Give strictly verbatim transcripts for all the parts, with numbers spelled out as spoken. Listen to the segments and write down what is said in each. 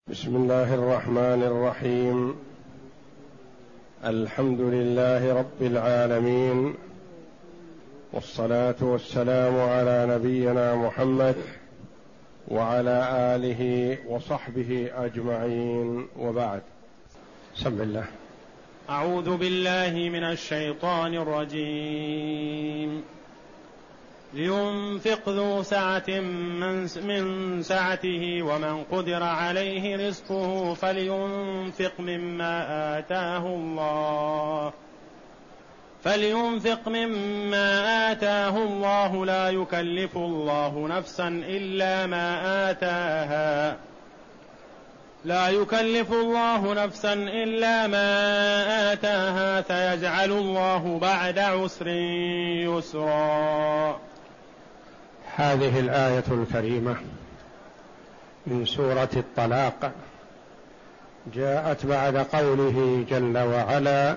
بسم الله الرحمن الرحيم. الحمد لله رب العالمين، والصلاة والسلام على نبينا محمد وعلى آله وصحبه أجمعين، وبعد. بسم الله. أعوذ بالله من الشيطان الرجيم. لينفق ذو سعة من سعته ومن قدر عليه رزقه فلينفق مما آتاه الله فلينفق مما آتاه الله لا يكلف الله نفسا إلا ما آتاها لا يكلف الله نفسا إلا ما آتاها سيجعل الله بعد عسر يسرا. هذه الآية الكريمة من سورة الطلاق جاءت بعد قوله جل وعلا: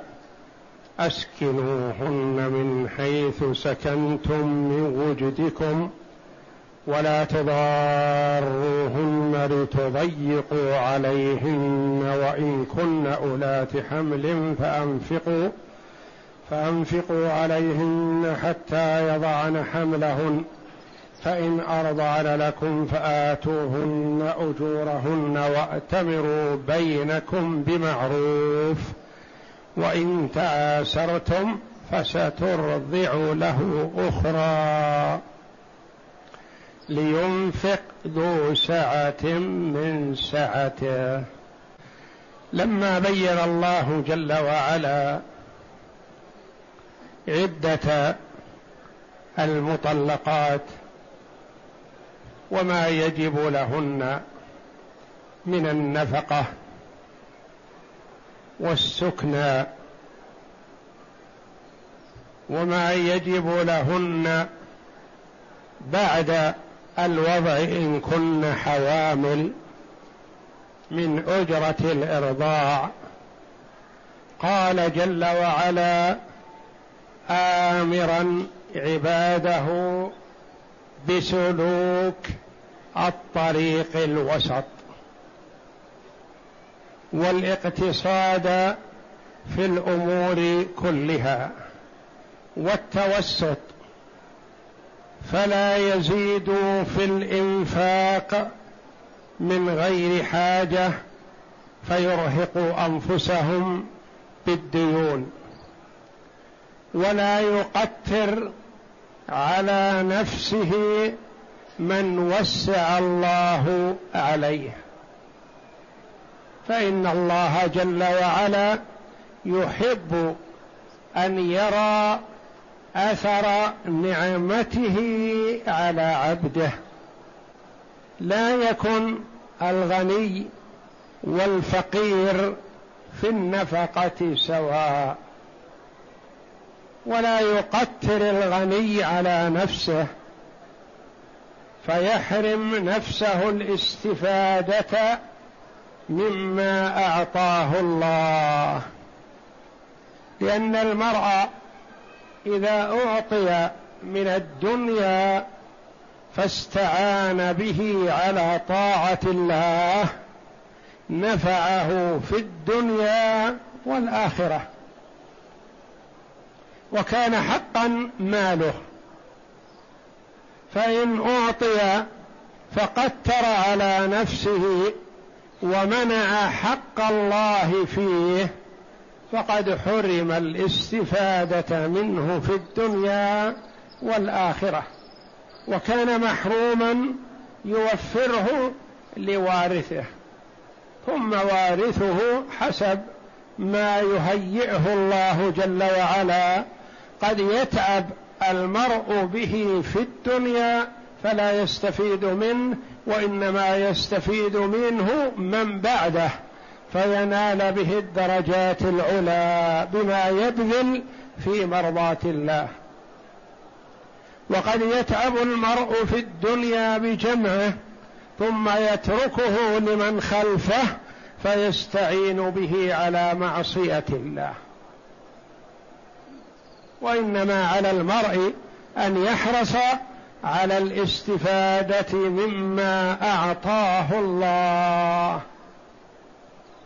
أسكنوهن من حيث سكنتم من وجدكم ولا تضاروهن لتضيقوا عليهن وإن كن أولات حمل فأنفقوا فأنفقوا عليهن حتى يضعن حملهن فإن أرضعن لكم فآتوهن أجورهن وأتمروا بينكم بمعروف وإن تعاسرتم فسترضع له أخرى. لينفق ذو سعة من سعته. لما بين الله جل وعلا عدة المطلقات وما يجب لهن من النفقة والسكنى وما يجب لهن بعد الوضع إن كن حوامل من أجرة الإرضاع، قال جل وعلا آمرا عباده بسلوك الطريق الوسط والاقتصاد في الأمور كلها والتوسط، فلا يزيدوا في الإنفاق من غير حاجة فيرهقوا أنفسهم بالديون، ولا يقتر على نفسه من وسع الله عليه، فإن الله جل وعلا يحب أن يرى أثر نعمته على عبده. لا يكن الغني والفقير في النفقة سواء، ولا يقتر الغني على نفسه فيحرم نفسه الاستفادة مما أعطاه الله، لأن المرء إذا أعطي من الدنيا فاستعان به على طاعة الله نفعه في الدنيا والآخرة، وكان حقا ماله. فإن أعطي فقتر على نفسه ومنع حق الله فيه فقد حرم الاستفادة منه في الدنيا والآخرة، وكان محروما يوفره لوارثه، ثم وارثه حسب ما يهيئه الله جل وعلا. قد يتعب المرء به في الدنيا فلا يستفيد منه، وإنما يستفيد منه من بعده فينال به الدرجات العلى بما يبذل في مرضاة الله. وقد يتعب المرء في الدنيا بجمعه ثم يتركه لمن خلفه فيستعين به على معصية الله، وإنما على المرء أن يحرص على الاستفادة مما أعطاه الله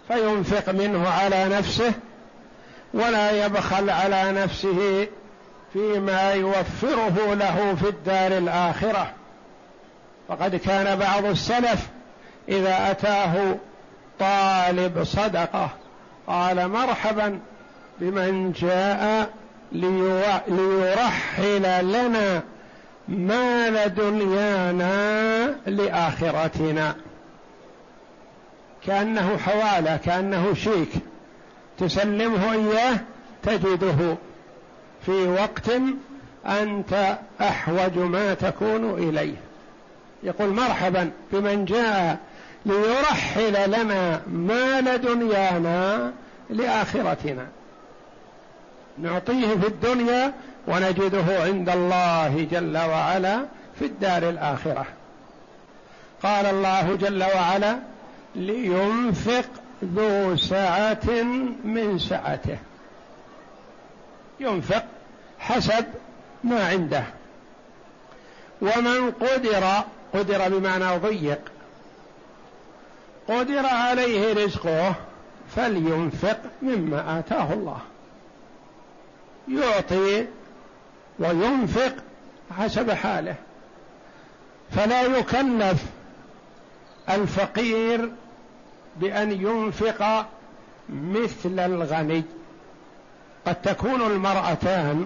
فينفق منه على نفسه ولا يبخل على نفسه فيما يوفره له في الدار الآخرة. فقد كان بعض السلف إذا أتاه طالب صدقة قال مرحبا بمن جاء ليرحل لنا مال دنيانا لآخرتنا، كأنه حوالة، كأنه شيك تسلمه إياه تجده في وقت أنت أحوج ما تكون إليه. يقول مرحبا بمن جاء ليرحل لنا مال دنيانا لآخرتنا، نعطيه في الدنيا ونجده عند الله جل وعلا في الدار الآخرة. قال الله جل وعلا لينفق ذو سعة من سعته، ينفق حسب ما عنده. ومن قدر، قدر بمعنى ضيق، قدر عليه رزقه فلينفق مما آتاه الله، يعطي وينفق حسب حاله، فلا يكلف الفقير بأن ينفق مثل الغني. قد تكون المرأتان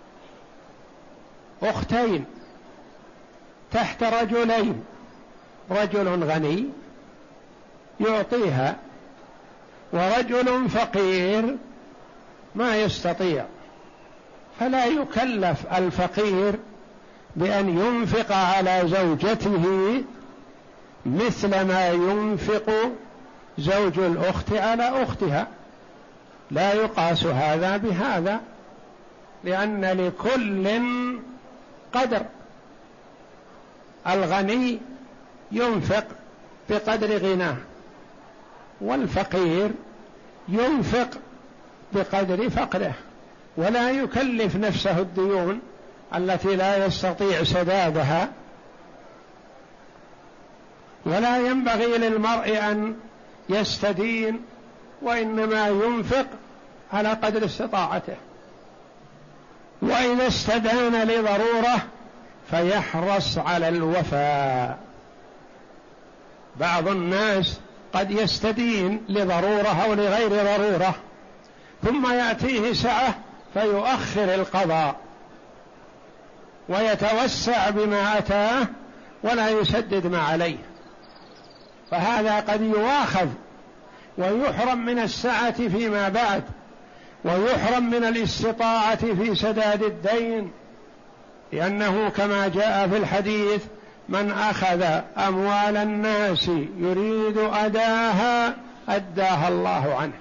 أختين تحت رجلين، رجل غني يعطيها ورجل فقير ما يستطيع، فلا يكلف الفقير بأن ينفق على زوجته مثل ما ينفق زوج الأخت على أختها، لا يقاس هذا بهذا، لأن لكل قدر. الغني ينفق بقدر غناه، والفقير ينفق بقدر فقره، ولا يكلف نفسه الديون التي لا يستطيع سدادها. ولا ينبغي للمرء أن يستدين، وإنما ينفق على قدر استطاعته، وإذا استدان لضرورة فيحرص على الوفاء. بعض الناس قد يستدين لضرورة أو لغير ضرورة ثم يأتيه سعة فيؤخر القضاء ويتوسع بما أتاه ولا يسدد ما عليه، فهذا قد يواخذ ويحرم من السعة فيما بعد، ويحرم من الاستطاعة في سداد الدين، لأنه كما جاء في الحديث من أخذ أموال الناس يريد أداها أداها الله عنه،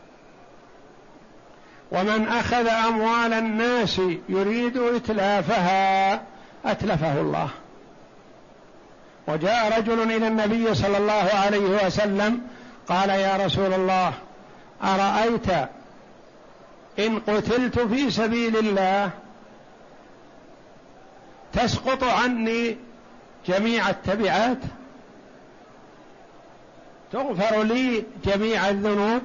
ومن أخذ أموال الناس يريد إتلافها أتلفه الله. وجاء رجل إلى النبي صلى الله عليه وسلم قال يا رسول الله أرأيت إن قتلت في سبيل الله تسقط عني جميع التبعات، تغفر لي جميع الذنوب؟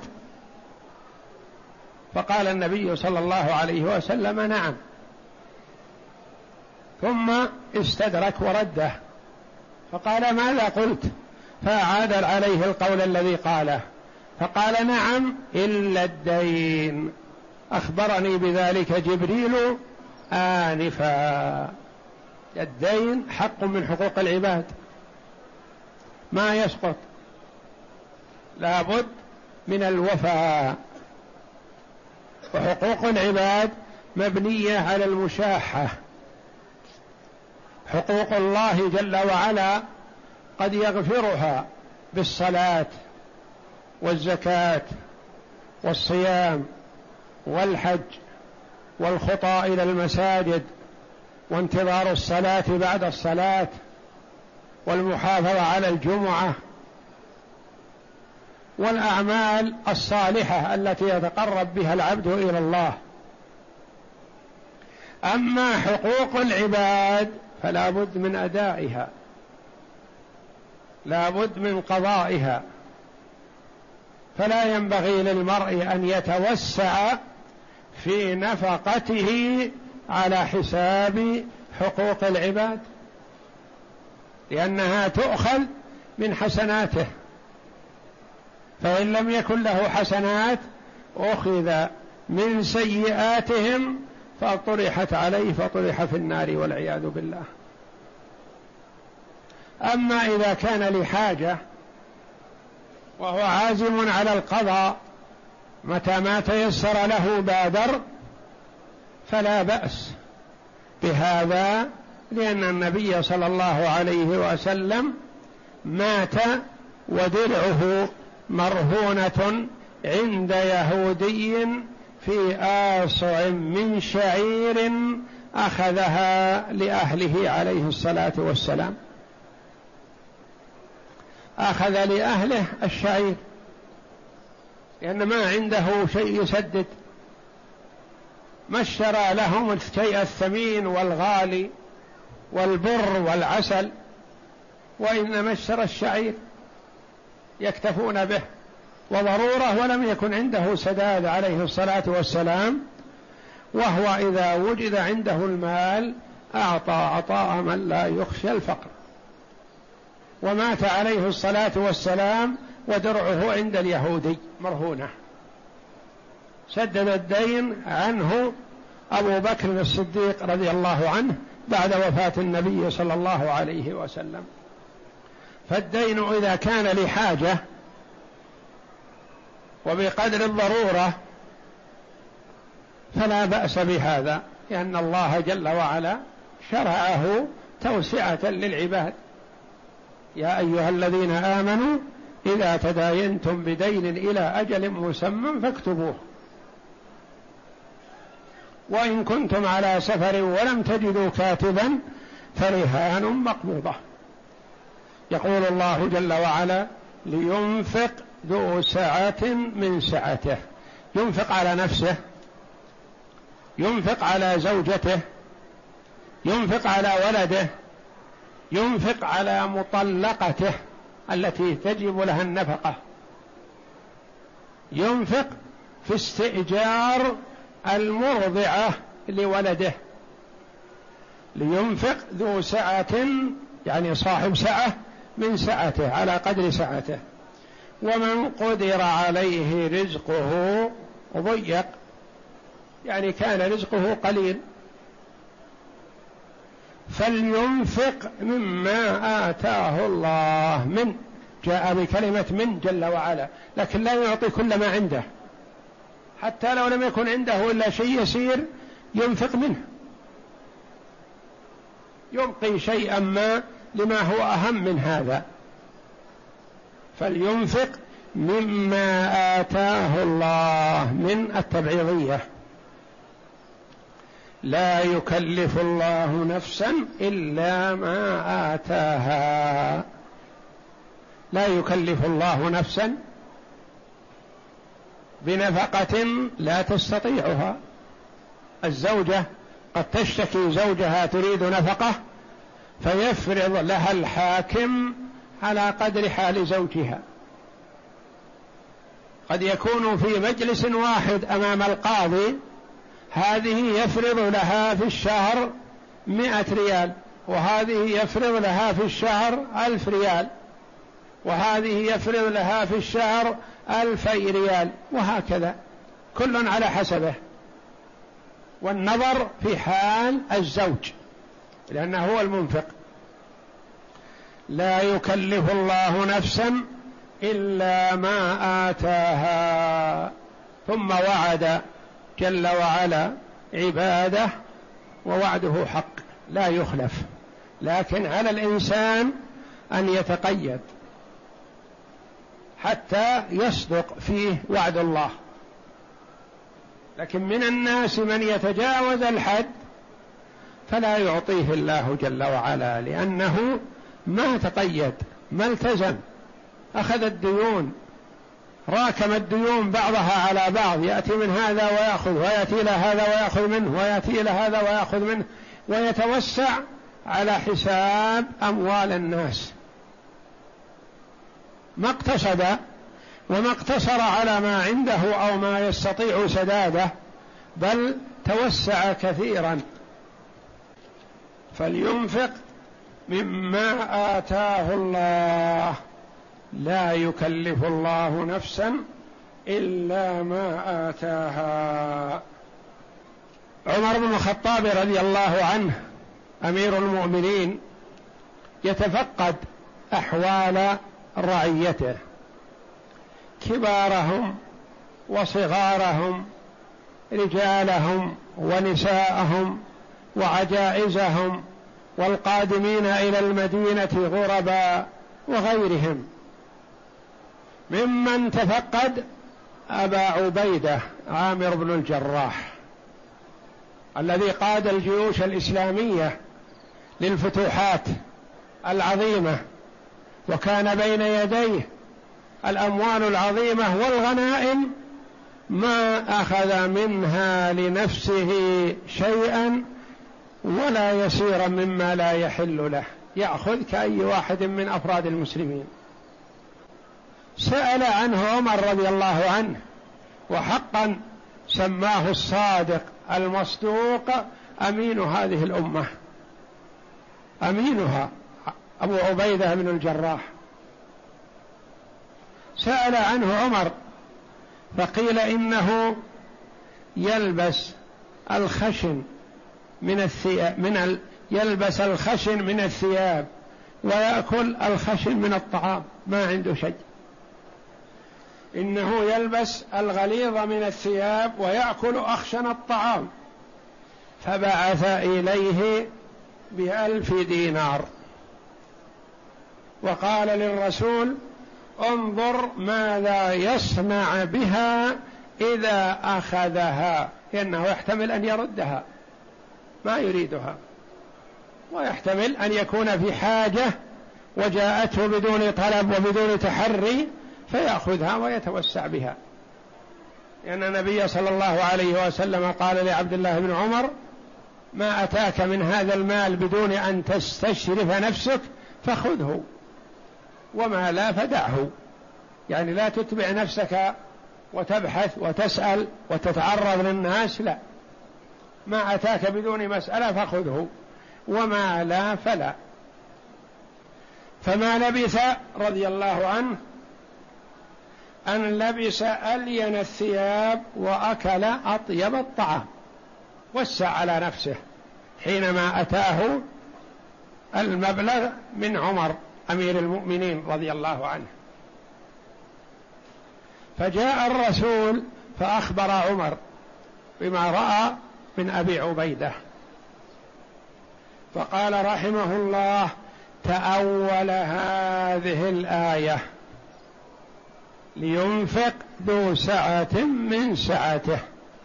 فقال النبي صلى الله عليه وسلم نعم، ثم استدرك ورده فقال ماذا قلت؟ فأعاد عليه القول الذي قاله، فقال نعم إلا الدين، أخبرني بذلك جبريل آنفا. الدين حق من حقوق العباد ما يسقط، لابد من الوفاء. وحقوق العباد مبنية على المشاحة. حقوق الله جل وعلا قد يغفرها بالصلاة والزكاة والصيام والحج والخطى إلى المساجد وانتظار الصلاة بعد الصلاة والمحافظة على الجمعة والأعمال الصالحة التي يتقرب بها العبد إلى الله. أما حقوق العباد فلا بد من أدائها، لا بد من قضائها، فلا ينبغي للمرء أن يتوسع في نفقته على حساب حقوق العباد، لأنها تؤخذ من حسناته، فإن لم يكن له حسنات أخذ من سيئاتهم فطرحت عليه فطرح في النار والعياذ بالله. أما إذا كان لحاجة وهو عازم على القضاء متى ما تيسر له بادر فلا بأس بهذا، لأن النبي صلى الله عليه وسلم مات ودرعه مرهونة عند يهودي في آصع من شعير أخذها لأهله عليه الصلاة والسلام، أخذ لأهله الشعير لأن ما عنده شيء يسدد، ما اشترى لهم الشيء الثمين والغالي والبر والعسل، وإنما اشترى الشعير يكتفون به وضرورة، ولم يكن عنده سداد عليه الصلاة والسلام، وهو إذا وجد عنده المال أعطى عطاء من لا يخشى الفقر، ومات عليه الصلاة والسلام ودرعه عند اليهودي مرهونة، سدد الدين عنه أبو بكر الصديق رضي الله عنه بعد وفاة النبي صلى الله عليه وسلم. فالدين إذا كان لحاجة وبقدر الضرورة فلا بأس بهذا، لأن الله جل وعلا شرعه توسعة للعباد. يا أيها الذين آمنوا إذا تداينتم بدين إلى أجل مسمى فاكتبوه، وإن كنتم على سفر ولم تجدوا كاتبا فرهان مقبوضة. يقول الله جل وعلا لينفق ذو سعة من سعته، ينفق على نفسه، ينفق على زوجته، ينفق على ولده، ينفق على مطلقته التي تجب لها النفقة، ينفق في استئجار المرضعة لولده، لينفق ذو سعة يعني صاحب سعة من سعته على قدر سعته. ومن قدر عليه رزقه ضيق، يعني كان رزقه قليل، فلينفق مما آتاه الله، من جاء بكلمة من جل وعلا، لكن لا يعطي كل ما عنده، حتى لو لم يكن عنده إلا شيء يسير ينفق منه، يبقي شيئا ما لما هو أهم من هذا. فلينفق مما آتاه الله من التبعيضية، لا يكلف الله نفسا إلا ما آتاها، لا يكلف الله نفسا بنفقة لا تستطيعها. الزوجة قد تشتكي زوجها تريد نفقة فيفرض لها الحاكم على قدر حال زوجها، قد يكون في مجلس واحد أمام القاضي، هذه يفرض لها في الشهر مئة ريال، وهذه يفرض لها في الشهر ألف ريال، وهذه يفرض لها في الشهر ألفي ريال، وهكذا كل على حسبه، والنظر في حال الزوج لأنه هو المنفق. لا يكلف الله نفسا إلا ما آتاها. ثم وعد جل وعلا عباده، ووعده حق لا يخلف، لكن على الإنسان أن يتقيد حتى يصدق فيه وعد الله. لكن من الناس من يتجاوز الحد فلا يعطيه الله جل وعلا، لأنه ما تقيد، ما التزم، أخذ الديون، راكم الديون بعضها على بعض، يأتي من هذا ويأخذ، ويأتي إلى هذا ويأخذ منه، ويأتي إلى هذا ويأخذ منه، ويتوسع على حساب أموال الناس. ما اقتصد وما اقتصر على ما عنده أو ما يستطيع سداده، بل توسع كثيرا. فلينفق مما آتاه الله، لا يكلف الله نفسا إلا ما آتاها. عمر بن الخطاب رضي الله عنه أمير المؤمنين يتفقد أحوال رعيته، كبارهم وصغارهم، رجالهم ونساءهم وعجائزهم، والقادمين إلى المدينة غربا وغيرهم. ممن تفقد أبا عبيدة عامر بن الجراح الذي قاد الجيوش الإسلامية للفتوحات العظيمة، وكان بين يديه الأموال العظيمة والغنائم، ما أخذ منها لنفسه شيئا ولا يسيرا مما لا يحل له، يأخذ كأي واحد من أفراد المسلمين. سأل عنه عمر رضي الله عنه، وحقا سماه الصادق المصدوق أمين هذه الأمة، أمينها أبو عبيدة بن الجراح. سأل عنه عمر فقيل إنه يلبس الخشن من الثياب، من ال... يلبس الخشن من الثياب ويأكل الخشن من الطعام، ما عنده شيء. إنه يلبس الغليظ من الثياب ويأكل أخشن الطعام. فبعث إليه بألف دينار وقال للرسول: انظر ماذا يصنع بها إذا أخذها، لأنه يحتمل أن يردها، ما يريدها، ويحتمل أن يكون في حاجة وجاءته بدون طلب وبدون تحري فيأخذها ويتوسع بها. لأن النبي صلى الله عليه وسلم قال لعبد الله بن عمر: ما أتاك من هذا المال بدون أن تستشرف نفسك فخذه، وما لا فدعه. يعني لا تتبع نفسك وتبحث وتسأل وتتعرض للناس، لا، ما أتاك بدون مسألة فخذه، وما لا فلا. فما لبث رضي الله عنه أن لبس ألين الثياب وأكل أطيب الطعام، وسع على نفسه حينما أتاه المبلغ من عمر أمير المؤمنين رضي الله عنه. فجاء الرسول فأخبر عمر بما رأى من أبي عبيدة، فقال رحمه الله: تأول هذه الآية لينفق ذو سعة من سعته.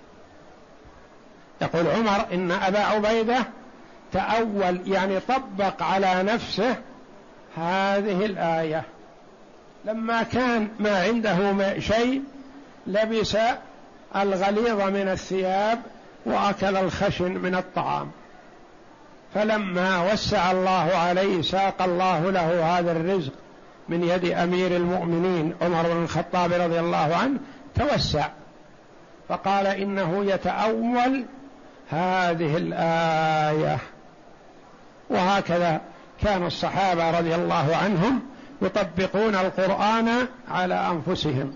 يقول عمر إن أبا عبيدة تأول، يعني طبق على نفسه هذه الآية، لما كان ما عنده شيء لبس الغليظ من الثياب وأكل الخشن من الطعام، فلما وسع الله عليه ساق الله له هذا الرزق من يد أمير المؤمنين عمر بن الخطاب رضي الله عنه، توسع فقال إنه يتأول هذه الآية. وهكذا كان الصحابة رضي الله عنهم يطبقون القرآن على أنفسهم،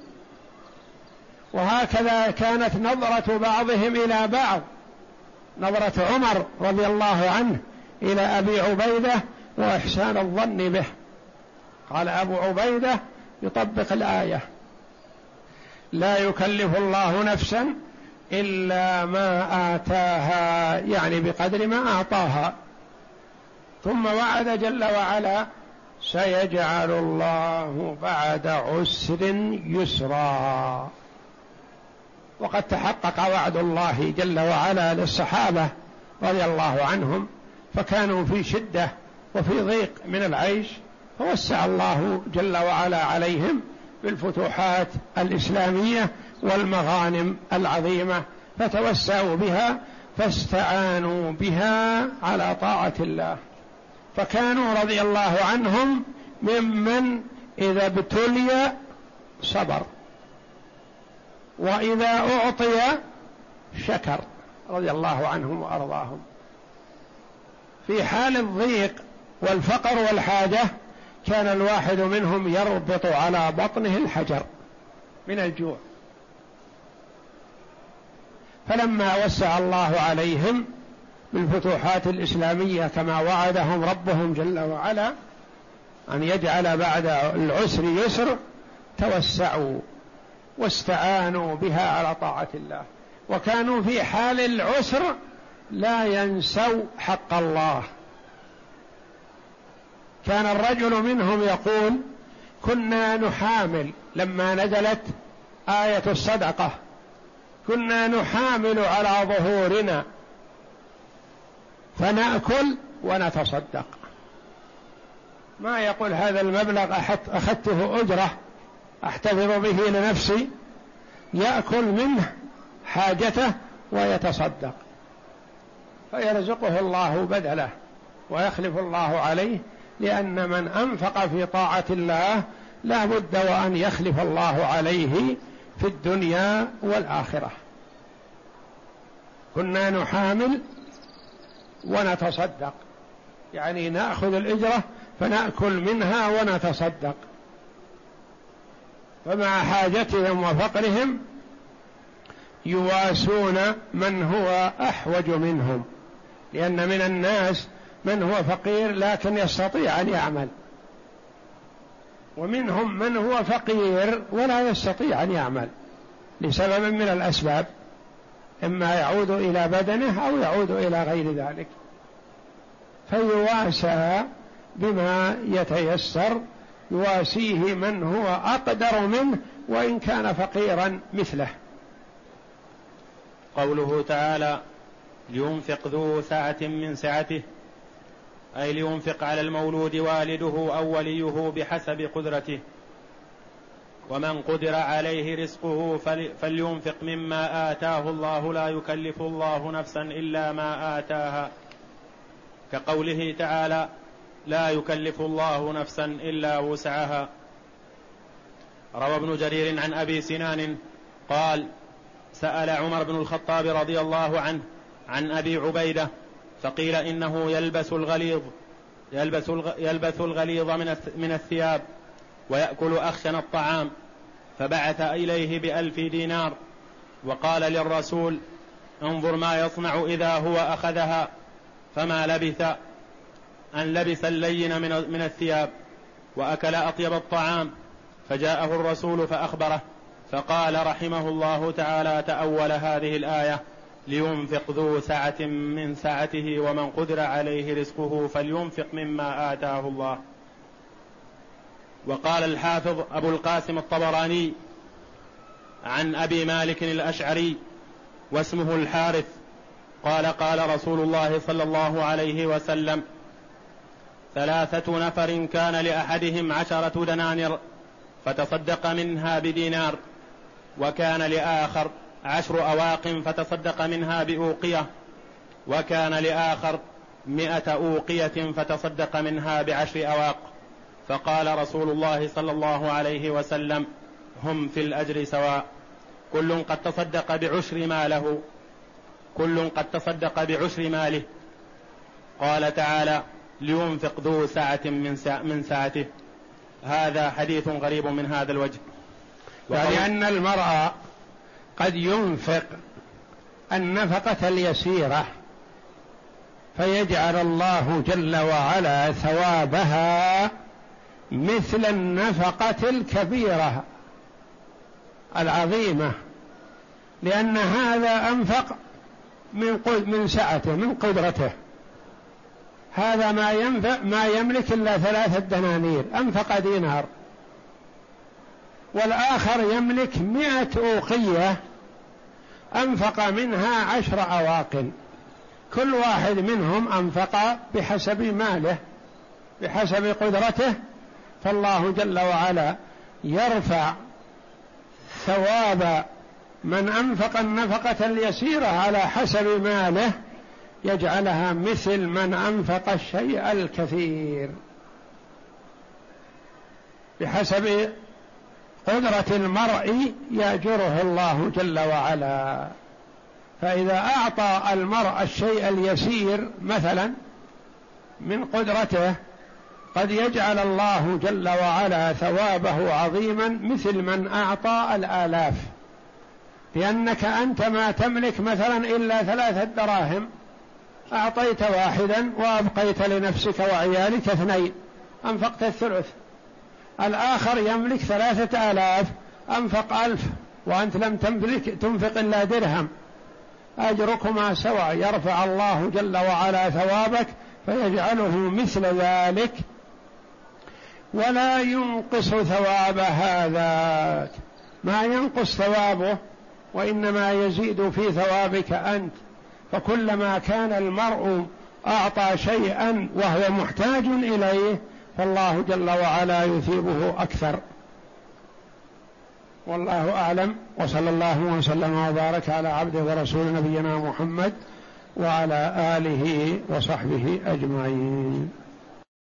وهكذا كانت نظرة بعضهم إلى بعض، نظرة عمر رضي الله عنه إلى أبي عبيدة وإحسان الظن به. قال أبو عبيدة يطبق الآية: لا يكلف الله نفسا إلا ما آتاها، يعني بقدر ما أعطاها. ثم وعد جل وعلا: سيجعل الله بعد عسر يسرا. وقد تحقق وعد الله جل وعلا للصحابة رضي الله عنهم، فكانوا في شدة وفي ضيق من العيش، فوسع الله جل وعلا عليهم بالفتوحات الإسلامية والمغانم العظيمة، فتوسعوا بها فاستعانوا بها على طاعة الله. فكانوا رضي الله عنهم ممن إذا ابتلي صبر وإذا أعطي شكر رضي الله عنهم وأرضاهم. في حال الضيق والفقر والحاجة كان الواحد منهم يربط على بطنه الحجر من الجوع، فلما وسع الله عليهم بالفتوحات الإسلامية كما وعدهم ربهم جل وعلا أن يجعل بعد العسر يسر، توسعوا واستعانوا بها على طاعة الله، وكانوا في حال العسر لا ينسوا حق الله. كان الرجل منهم يقول: كنا نحامل لما نزلت آية الصدقة، كنا نحامل على ظهورنا فنأكل ونتصدق. ما يقول هذا المبلغ أخذته أجرة أحتفظ به لنفسي، يأكل منه حاجته ويتصدق، فيرزقه الله بدله ويخلف الله عليه، لأن من أنفق في طاعة الله لا بد وأن يخلف الله عليه في الدنيا والآخرة. كنا نحامل ونتصدق، يعني نأخذ الإجرة فنأكل منها ونتصدق، فمع حاجتهم وفقرهم يواسون من هو أحوج منهم، لأن من الناس من هو فقير لكن يستطيع أن يعمل، ومنهم من هو فقير ولا يستطيع أن يعمل لسبب من الأسباب، إما يعود إلى بدنه أو يعود إلى غير ذلك، فيواسى بما يتيسر، يواسيه من هو أقدر منه وإن كان فقيرا مثله. قوله تعالى: لينفق ذو سعة من سعته، أي لينفق على المولود والده أو وليه بحسب قدرته، ومن قدر عليه رزقه فلينفق مما آتاه الله لا يكلف الله نفسا إلا ما آتاها، كقوله تعالى: لا يكلف الله نفسا إلا وسعها. روى ابن جرير عن أبي سنان قال: سأل عمر بن الخطاب رضي الله عنه عن أبي عبيدة فقيل إنه يلبس الغليظ يلبس يلبس الغليظ من الثياب ويأكل أخشن الطعام، فبعث إليه بألف دينار وقال للرسول: انظر ما يصنع إذا هو أخذها، فما لبث أن لبس اللين من الثياب وأكل أطيب الطعام. فجاءه الرسول فأخبره فقال رحمه الله تعالى: تأول هذه الآية: لينفق ذو سعة من سعته ومن قدر عليه رزقه فلينفق مما آتاه الله. وقال الحافظ أبو القاسم الطبراني عن أبي مالك الأشعري واسمه الحارث قال: قال رسول الله صلى الله عليه وسلم: ثلاثة نفر كان لأحدهم عشرة دنانير فتصدق منها بدينار، وكان لآخر عشر أواق فتصدق منها بأوقية، وكان لآخر مئة أوقية فتصدق منها بعشر أواق. فقال رسول الله صلى الله عليه وسلم: هم في الأجر سواء، كل قد تصدق بعشر ماله كل قد تصدق بعشر ماله. قال تعالى: لينفق ذو سعة من سعته. هذا حديث غريب من هذا الوجه، يعني أن المرأة قد ينفق النفقة اليسيرة فيجعل الله جل وعلا ثوابها مثل النفقة الكبيرة العظيمة، لأن هذا أنفق من من سعته من قدرته، هذا ما ينفق ما يملك إلا ثلاثة دنانير أنفق دينار، والآخر يملك مئة أوقية أنفق منها عشر أواق، كل واحد منهم أنفق بحسب ماله بحسب قدرته، فالله جل وعلا يرفع ثواب من أنفق النفقة اليسيرة على حسب ماله، يجعلها مثل من أنفق الشيء الكثير بحسب قدرة المرء يأجره الله جل وعلا. فإذا أعطى المرء الشيء اليسير مثلا من قدرته قد يجعل الله جل وعلا ثوابه عظيما مثل من أعطى الآلاف، لأنك أنت ما تملك مثلا إلا ثلاثة دراهم، أعطيت واحدا وأبقيت لنفسك وعيالك اثنين، أنفقت الثلث. الآخر يملك ثلاثة آلاف، أنفق ألف، وأنت لم تملك تنفق إلا درهم، أجركما سواء، يرفع الله جل وعلا ثوابك فيجعله مثل ذلك ولا ينقص ثواب هذا، ما ينقص ثوابه وإنما يزيد في ثوابك أنت. فكلما كان المرء أعطى شيئا وهو محتاج إليه فالله جل وعلا يثيبه أكثر. والله أعلم، وصلى الله وسلم وبارك على عبده ورسول نبينا محمد وعلى آله وصحبه أجمعين.